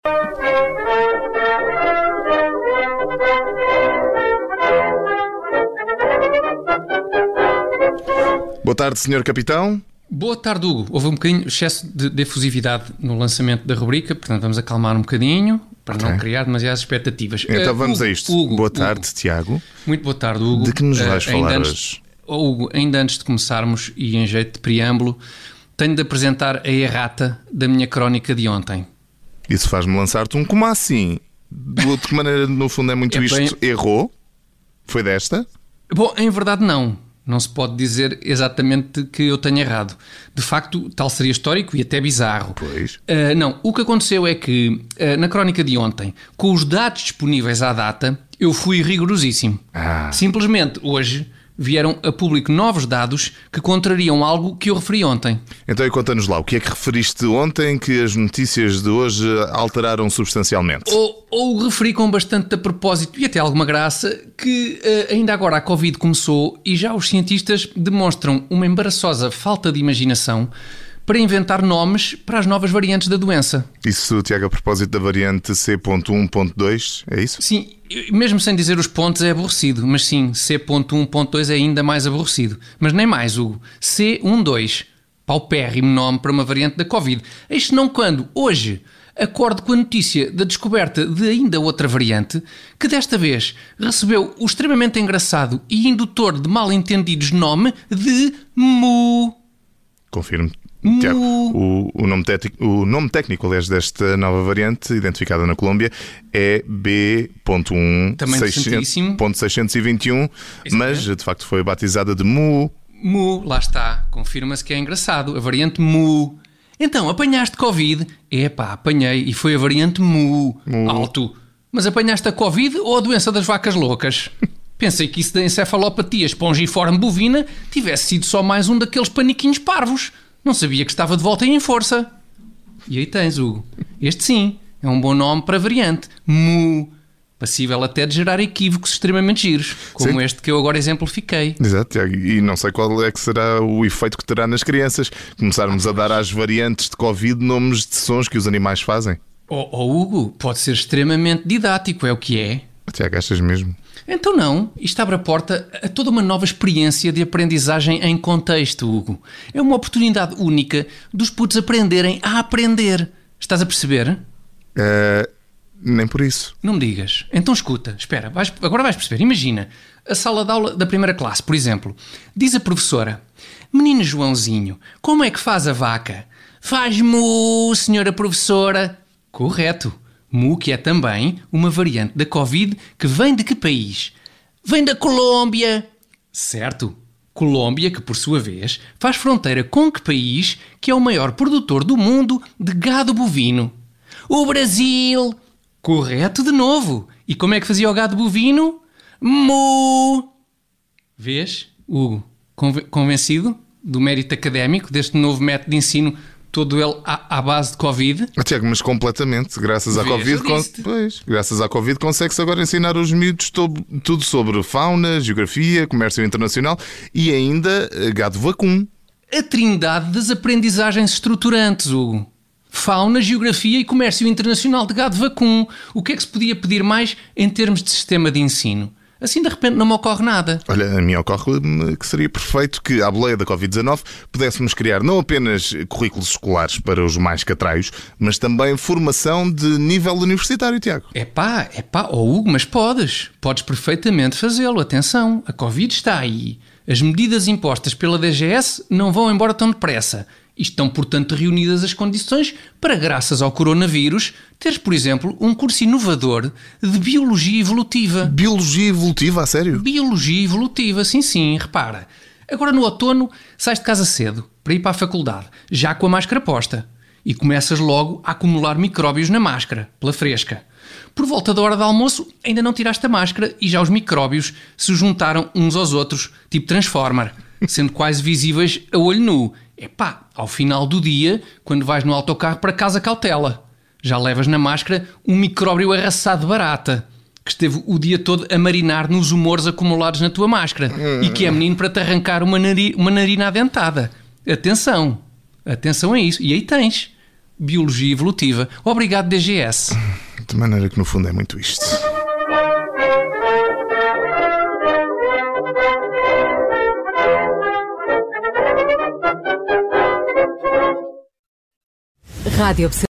Boa tarde, Sr. Capitão. Boa tarde, Hugo. Houve um bocadinho de excesso de efusividade no lançamento da rubrica, portanto vamos acalmar um bocadinho para não criar demasiadas expectativas. Então vamos a isto. Hugo, boa tarde, Tiago. Muito boa tarde, Hugo. De que nos vais falar hoje? Hugo, ainda antes de começarmos e em jeito de preâmbulo, tenho de apresentar a errata da minha crónica de ontem. Isso faz-me lançar-te um como assim? De outra maneira, no fundo é muito isto. Errou? Foi desta? Bom, em verdade não. Não se pode dizer exatamente que eu tenha errado. De facto, tal seria histórico e até bizarro. Pois. Não, o que aconteceu é que, na crónica de ontem, com os dados disponíveis à data, eu fui rigorosíssimo. Simplesmente, hoje, vieram a público novos dados que contrariam algo que eu referi ontem. Então, conta-nos lá, o que é que referiste ontem que as notícias de hoje alteraram substancialmente? Ou referi com bastante a propósito e até alguma graça que ainda agora a Covid começou e já os cientistas demonstram uma embaraçosa falta de imaginação para inventar nomes para as novas variantes da doença. Isso, Tiago, a propósito da variante C.1.2, é isso? Sim, mesmo sem dizer os pontos é aborrecido, mas sim, C.1.2 é ainda mais aborrecido. Mas nem mais, Hugo. C12, paupérrimo nome para uma variante da Covid. Eis não quando, hoje, acordo com a notícia da descoberta de ainda outra variante, que desta vez recebeu o extremamente engraçado e indutor de mal-entendidos nome de Mu. Confirmo. Tiago, o nome técnico, aliás, desta nova variante, identificada na Colômbia, é B.1.621, mas de facto foi batizada de Mu. Mu, lá está. Confirma-se que é engraçado. A variante Mu. Então, apanhaste Covid? Epá, apanhei e foi a variante Mu. Alto. Mas apanhaste a Covid ou a doença das vacas loucas? Pensei que isso da encefalopatia espongiforme bovina tivesse sido só mais um daqueles paniquinhos parvos. Não sabia que estava de volta e em força. E aí tens, Hugo. Este sim, é um bom nome para variante. Mu. Passível até de gerar equívocos extremamente giros, como este que eu agora exemplifiquei. Exato, Tiago. E não sei qual é que será o efeito que terá nas crianças. Começarmos a dar às variantes de Covid nomes de sons que os animais fazem. Hugo, pode ser extremamente didático, é o que é. Tiago, achas mesmo? Então não, isto abre a porta a toda uma nova experiência de aprendizagem em contexto, Hugo. É uma oportunidade única dos putos aprenderem a aprender. Estás a perceber? Nem por isso. Não me digas. Então escuta, espera, agora vais perceber. Imagina, a sala de aula da primeira classe, por exemplo. Diz a professora: Menino Joãozinho, como é que faz a vaca? Faz mu, senhora professora. Correto. Mu, que é também uma variante da Covid que vem de que país? Vem da Colômbia. Certo. Colômbia, que por sua vez faz fronteira com que país que é o maior produtor do mundo de gado bovino? O Brasil. Correto de novo. E como é que fazia o gado bovino? Mu. Vês, Hugo, convencido do mérito académico deste novo método de ensino, todo ele à base de Covid? Tiago, mas completamente. Graças à Covid, graças à Covid consegue-se agora ensinar os miúdos tudo sobre fauna, geografia, comércio internacional e ainda gado vacum. A trindade das aprendizagens estruturantes, Hugo. Fauna, geografia e comércio internacional de gado vacum. O que é que se podia pedir mais em termos de sistema de ensino? Assim, de repente, não me ocorre nada. Olha, a mim ocorre-me que seria perfeito que, à boleia da Covid-19, pudéssemos criar não apenas currículos escolares para os mais catraios, mas também formação de nível universitário, Tiago. Hugo, mas podes perfeitamente fazê-lo. Atenção, a Covid está aí. As medidas impostas pela DGS não vão embora tão depressa. Estão, portanto, reunidas as condições para, graças ao coronavírus, teres, por exemplo, um curso inovador de Biologia Evolutiva. Biologia Evolutiva? A sério? Biologia Evolutiva, sim, repara. Agora no outono sais de casa cedo para ir para a faculdade, já com a máscara posta. E começas logo a acumular micróbios na máscara, pela fresca. Por volta da hora de almoço, ainda não tiraste a máscara e já os micróbios se juntaram uns aos outros, tipo Transformer, sendo quase visíveis a olho nu. Ao final do dia, quando vais no autocarro para casa, cautela. Já levas na máscara um micróbio arraçado de barata, que esteve o dia todo a marinar nos humores acumulados na tua máscara e que é menino para te arrancar uma narina adentada. Atenção a isso. E aí tens Biologia Evolutiva. Obrigado, DGS. De maneira que no fundo é muito isto. Rádio